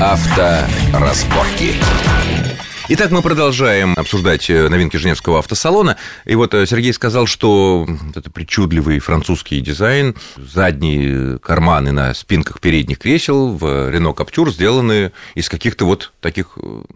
Авторазборки. Итак, мы продолжаем обсуждать новинки Женевского автосалона. И вот Сергей сказал, что это причудливый французский дизайн, задние карманы на спинках передних кресел в Renault Captur сделаны из каких-то вот таких,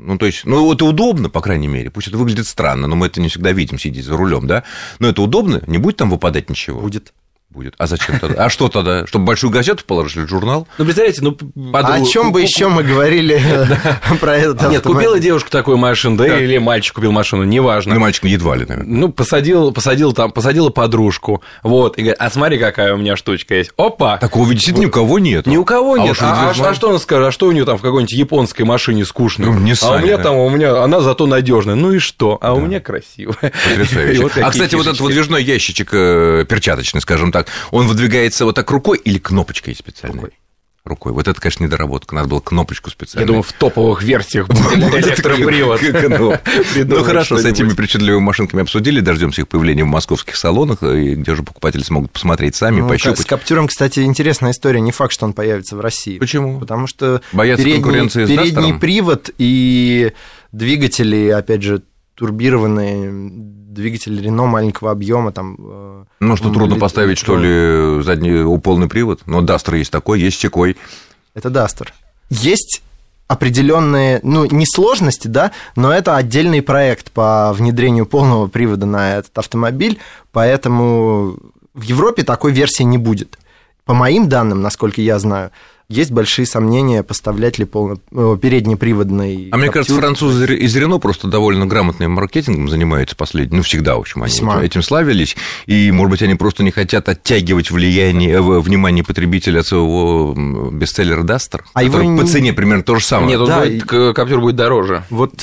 это удобно, по крайней мере, пусть это выглядит странно, но мы это не всегда видим, сидя за рулем, да, но это удобно, не будет там выпадать ничего? Будет. А зачем тогда? А что тогда? Чтобы большую газету положить или журнал? Представляете, о чем бы еще мы говорили про этот автомобиль? Нет, купила девушка такую машину, да, или мальчик купил машину, неважно. Ну, мальчик едва ли, наверное. Посадила подружку, вот, и говорит, а смотри, какая у меня штучка есть. Опа! Такого действительно ни у кого нет. Ни у кого нет. А что она скажет? А что у нее там в какой-нибудь японской машине скучной? У меня она зато надежная. Ну и что? А у меня красивая. Потрясающе. А, кстати, вот этот выдвижной ящичек перчаточный, скажем так, он выдвигается вот так рукой или кнопочкой специальной? Рукой. Вот это, конечно, недоработка. Надо было кнопочку специальную. Я думаю, в топовых версиях будет электропривод. Ну, хорошо, с этими причудливыми машинками обсудили, дождемся их появления в московских салонах, где же покупатели смогут посмотреть сами, пощупать. С Каптюром, кстати, интересная история. Не факт, что он появится в России. Почему? Потому что боятся конкуренции с Дастером? Передний привод и двигатели, опять же, турбированные двигатели Рено маленького объема там. Ну, что трудно поставить, что ли, задний полный привод? Но Дастер есть такой, есть секой. Это Дастер. Есть определенные, не сложности, да, но это отдельный проект по внедрению полного привода на этот автомобиль, поэтому в Европе такой версии не будет. По моим данным, насколько я знаю, есть большие сомнения, поставлять ли переднеприводный мне кажется, французы из Рено просто довольно грамотным маркетингом занимаются последние, всегда, в общем, они этим славились, и, может быть, они просто не хотят оттягивать внимание потребителя от своего бестселлера Duster, который по цене примерно то же самое. Нет, Captur будет дороже.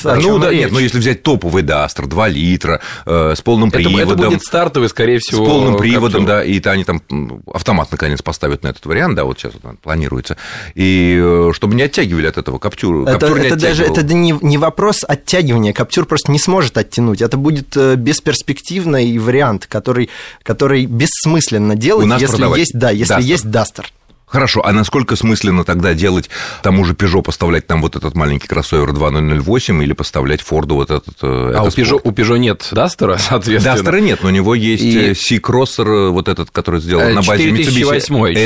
Если взять топовый Duster, 2 литра, с полным приводом. Это будет стартовый, скорее всего, с полным приводом, да, и они там автомат, наконец, поставят на этот вариант, да, вот сейчас планируется. И чтобы не оттягивали от этого Captur. Это не вопрос оттягивания. Captur просто не сможет оттянуть. Это будет бесперспективный вариант, который бессмысленно делать, если есть Duster. Хорошо, а насколько смысленно тогда делать тому же Peugeot, поставлять там вот этот маленький кроссовер 2008 или поставлять Форду вот этот у Peugeot нет Дастера, соответственно? Дастера нет, но у него есть C-кроссер, вот этот, который сделан на базе Mitsubishi.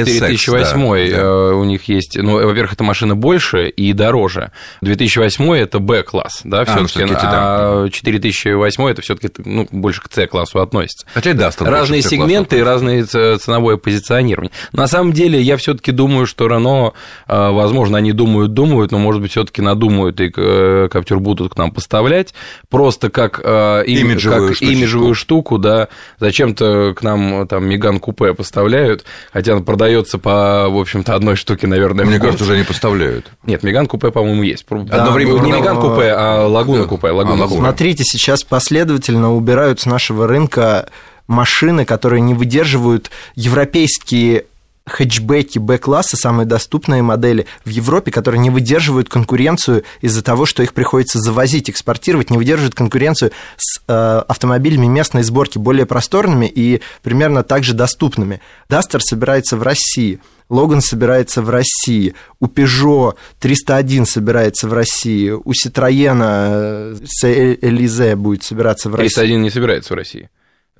4008 у них есть, во-первых, эта машина больше и дороже. 2008 это B-класс, да, всё-таки, а 4008 это всё-таки больше к C-классу относится. Хотя Дастер разные сегменты и разное ценовое позиционирование. На самом деле, я всё-таки думаю, что Renault, возможно, они думают, но, может быть, все-таки надумают и Captur будут к нам поставлять, просто как имиджевую штуку, да, зачем-то к нам там Megane Coupe поставляют, хотя она продается по, в общем-то, одной штуке, наверное. Мне кажется, уже не поставляют. Нет, Megane Coupe, по-моему, есть. Одно время не Megane Coupe, а Laguna Coupe. Смотрите, сейчас последовательно убирают с нашего рынка машины, которые не выдерживают европейские хэтчбеки Б-класса, самые доступные модели в Европе, которые не выдерживают конкуренцию из-за того, что их приходится завозить, экспортировать, не выдерживают конкуренцию с автомобилями местной сборки, более просторными и примерно так же доступными. Duster собирается в России, Logan собирается в России, у Peugeot 301 собирается в России, у Citroёn Elise будет собираться в России. 301 не собирается в России.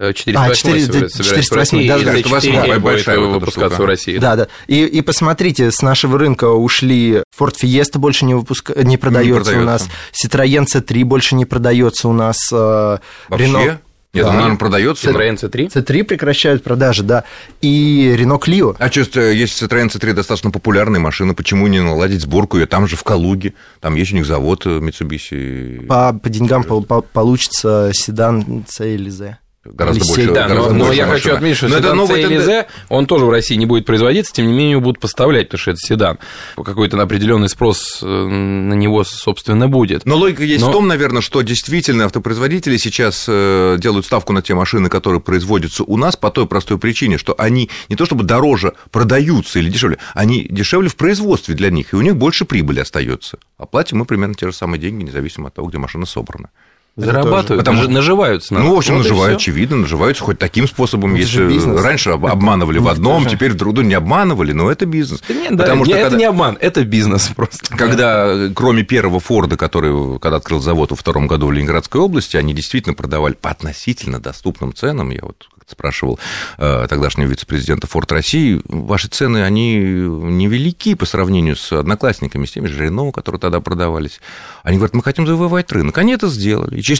408 большая выпускаться в России. Да. И посмотрите, с нашего рынка ушли Ford Fiesta больше не продается у нас, Citroёn C3 больше не продается у нас, Renault. Нет, наверное, продается. Citroёn C3? C3 прекращают продажи, да. И Renault Clio. А чувствую, если Citroёn C3 достаточно популярная машина, почему не наладить сборку ее там же, в Калуге? Там есть у них завод Mitsubishi. По деньгам получится седан C-Elise. Гораздо больше. Да, но я хочу отметить, что седан C-Elise, он тоже в России не будет производиться, тем не менее его будут поставлять, потому что это седан. Какой-то определенный спрос на него, собственно, будет. Но логика есть в том, наверное, что действительно автопроизводители сейчас делают ставку на те машины, которые производятся у нас, по той простой причине, что они не то чтобы дороже продаются или дешевле, они дешевле в производстве для них, и у них больше прибыли остается. А платим мы примерно те же самые деньги, независимо от того, где машина собрана. Зарабатывают, наживаются. В общем, наживают, очевидно, наживаются хоть таким способом. Если раньше обманывали в одном, теперь в другом не обманывали, но это бизнес. Это не обман, это бизнес просто. Когда, кроме первого Форда, который, когда открыл завод во 2 году в Ленинградской области, они действительно продавали по относительно доступным ценам. Я вот спрашивал тогдашнего вице-президента Форд России, ваши цены, они невелики по сравнению с одноклассниками, с теми же Рено, которые тогда продавались. Они говорят, мы хотим завоевать рынок. Они это сделали. И через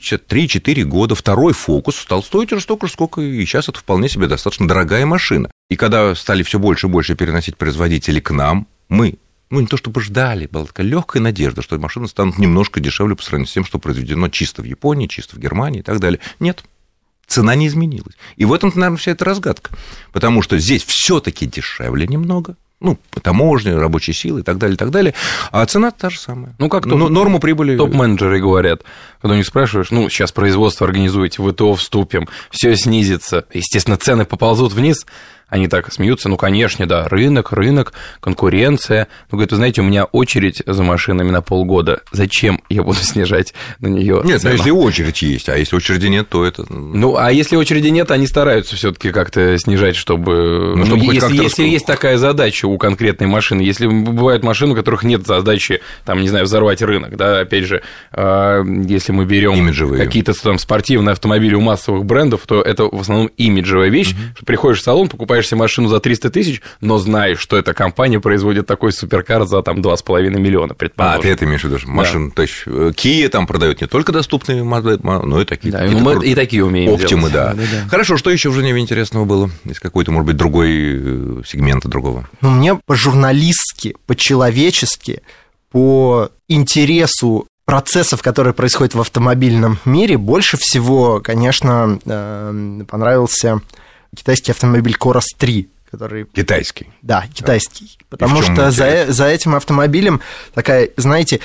3-4 года второй Фокус стал стоить уже столько, сколько и сейчас это вполне себе достаточно дорогая машина. И когда стали все больше и больше переносить производители к нам, мы не то чтобы ждали, была такая легкая надежда, что машины станут немножко дешевле по сравнению с тем, что произведено чисто в Японии, чисто в Германии и так далее. Нет. Цена не изменилась. И в этом, наверное, вся эта разгадка. Потому что здесь все-таки дешевле немного. Таможня, рабочая сила и так далее, а цена та же самая. Как норму прибыли. Топ-менеджеры говорят, когда у них спрашиваешь, сейчас производство организуете, в ВТО вступим, все снизится, естественно, цены поползут вниз. Они так смеются, конечно, да, рынок, конкуренция. Говорят, вы знаете, у меня очередь за машинами на полгода. Зачем я буду снижать на нее цену? Нет, если очередь есть, а если очереди нет, то это... А если очереди нет, они стараются все-таки как-то снижать, чтобы... Если есть такая задача у конкретной машины, если бывают машины, у которых нет задачи, взорвать рынок, да, опять же, если мы берем какие-то спортивные автомобили у массовых брендов, то это в основном имиджевая вещь, что приходишь в салон, покупаешь себе машину за 300 тысяч, но знаешь, что эта компания производит такой суперкар за 2,5 миллиона, предположим. Ты это имеешь в виду? Машин, то есть Kia там продают не только доступные модели, но и такие. Да, мы и такие умеем Optima, делать. Да. Хорошо, что еще в Женеве интересного было? Из какой-то, может быть, другой сегмента другого? Мне по-журналистски, по-человечески, по интересу процессов, которые происходят в автомобильном мире, больше всего, конечно, понравился китайский автомобиль Корос 3, который... Китайский? Да, китайский. Потому что за этим автомобилем такая, знаете,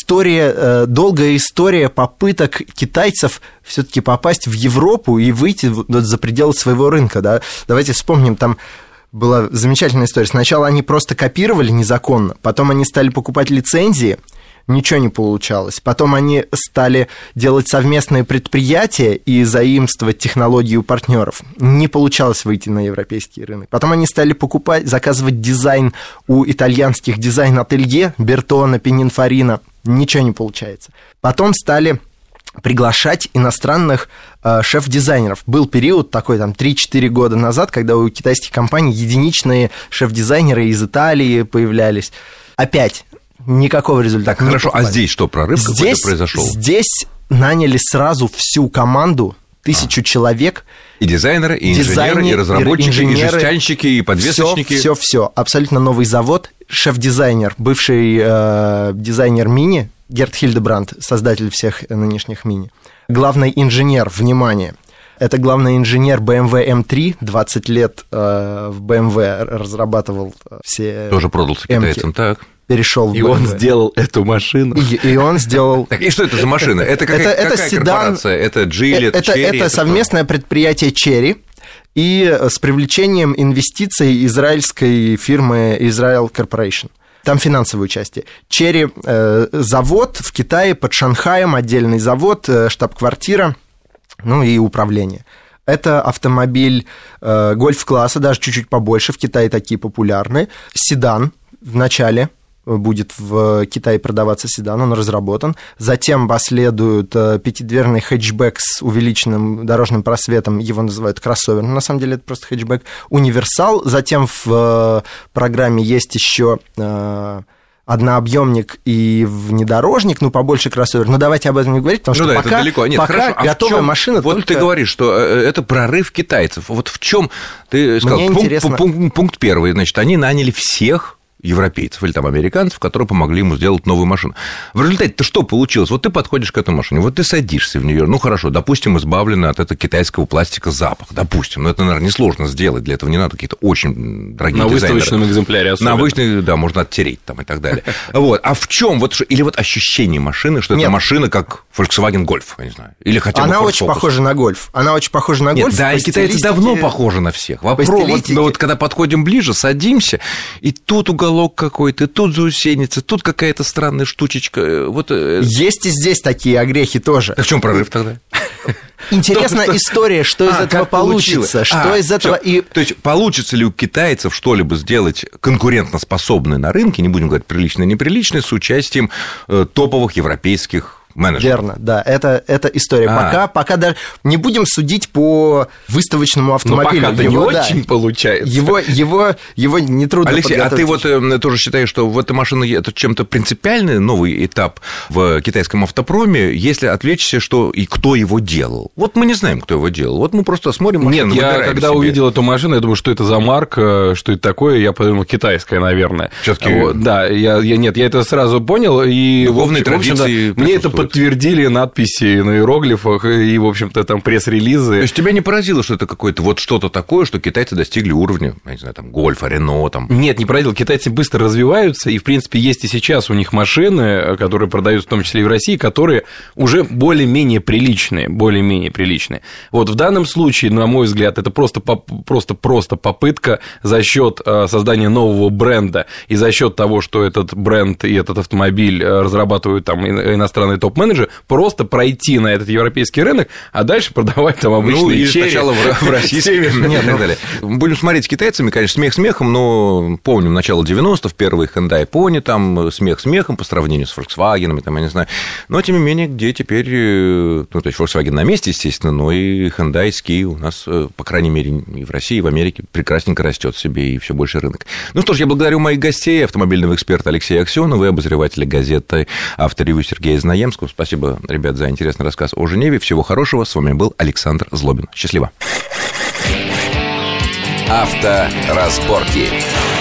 долгая история попыток китайцев все-таки попасть в Европу и выйти за пределы своего рынка. Да? Давайте вспомним, там была замечательная история. Сначала они просто копировали незаконно, потом они стали покупать лицензии, ничего не получалось. Потом они стали делать совместные предприятия и заимствовать технологии у партнеров. Не получалось выйти на европейский рынок. Потом они стали заказывать дизайн у итальянских дизайн-ателье Бертона, Пининфарина. Ничего не получается. Потом стали приглашать иностранных шеф-дизайнеров. Был период такой, 3-4 года назад, когда у китайских компаний единичные шеф-дизайнеры из Италии появлялись. Опять никакого результата. Хорошо, а здесь что, прорыв какой-то произошел? Здесь наняли сразу всю команду, 1000 человек. И дизайнеры, и инженеры, и разработчики, и жестянщики, и подвесочники. Все. Абсолютно новый завод. Шеф-дизайнер, бывший дизайнер Мини, Герт Хильдебранд, создатель всех нынешних Мини. Главный инженер, внимание, это главный инженер BMW M3, 20 лет в BMW разрабатывал все... Тоже продался китайцам, так. Перешел в BMW. И он сделал эту машину. И он сделал... Так, и что это за машина? Это какая седан, корпорация? Это Geely, это Chery? Это совместное предприятие Chery и с привлечением инвестиций израильской фирмы Israel Corporation. Там финансовое участие. Chery завод в Китае под Шанхаем, отдельный завод, штаб-квартира, и управление. Это автомобиль гольф-класса, даже чуть-чуть побольше, в Китае такие популярны. Седан в начале будет в Китае продаваться седан, он разработан. Затем последует пятидверный хэтчбэк с увеличенным дорожным просветом, его называют кроссовер, но на самом деле это просто хэтчбэк. Универсал. Затем в программе есть еще однообъемник и внедорожник, побольше кроссовер. Но давайте об этом не говорить, потому что пока, это далеко. Нет, пока хорошо. готовая машина Вот только... ты говоришь, что это прорыв китайцев. Вот в чем ты сказал? Пункт первый. Значит, они наняли всех европейцев или американцев, которые помогли ему сделать новую машину. В результате-то что получилось? Вот ты подходишь к этой машине, вот ты садишься в нее, хорошо, допустим, избавлены от этого китайского пластика запах, допустим, но это, наверное, несложно сделать, для этого не надо какие-то очень дорогие дизайнеры. На выставочном экземпляре особенно. На выставочном, да, можно оттереть и так далее. А в чем или ощущение машины, что это машина как Volkswagen Golf, я не знаю, или хотя бы Она очень похожа на Golf. Нет, да, и китайцы давно похожи на всех. Вопрос, когда подходим ближе, садимся, и тут уголок уголок какой-то, тут заусеница, тут какая-то странная штучечка. Вот... Есть и здесь такие огрехи тоже. А в чем прорыв тогда? Интересна история, что из этого получится, что из этого... То есть, получится ли у китайцев что-либо сделать конкурентоспособное на рынке, не будем говорить приличное, неприличное, с участием топовых европейских менеджеров? Верно, да, это история. Пока даже не будем судить по выставочному автомобилю. Но пока-то не очень получается. Его нетрудно Алексей, подготовить. а ты вот тоже считаешь, что в этой машине это чем-то принципиальный новый этап в китайском автопроме, если отвлечься, что и кто его делал? Вот мы не знаем, кто его делал. Вот мы просто смотрим машину. Нет, я когда увидел эту машину, я думаю, что это за марка, что это такое, я подумал, китайская, наверное. Всё-таки... Да, я это сразу понял, и духовные традиции мне это подтвердили надписи на иероглифах и, в общем-то, там пресс-релизы. То есть тебя не поразило, что это какое-то вот что-то такое, что китайцы достигли уровня, я не знаю, там, Гольфа, Рено, там? Нет, не поразило. Китайцы быстро развиваются, и, в принципе, есть и сейчас у них машины, которые продаются в том числе и в России, которые уже более-менее приличные, Вот в данном случае, на мой взгляд, это просто попытка за счет создания нового бренда и за счет того, что этот бренд и этот автомобиль разрабатывают там иностранные топ-менеджеры, просто пройти на этот европейский рынок, а дальше продавать там обычные черри. Сначала в российский и так далее. Будем смотреть с китайцами, конечно, смех смехом, но помним начало 90-х, первый Hyundai Pony, там смех смехом по сравнению с Volkswagen, там, я не знаю. Но, тем не менее, где теперь, ну, то есть Volkswagen на месте, естественно, но и Hyundai, Kia у нас, по крайней мере, и в России, и в Америке прекрасненько растет себе, и все больше рынок. Ну что ж, я благодарю моих гостей, автомобильного эксперта Алексея Аксёнова и обозревателя газеты «Авторевью» Сергея Знаемского. Спасибо, ребят, за интересный рассказ о Женеве. Всего хорошего. С вами был Александр Злобин. Счастливо. Авторазборки.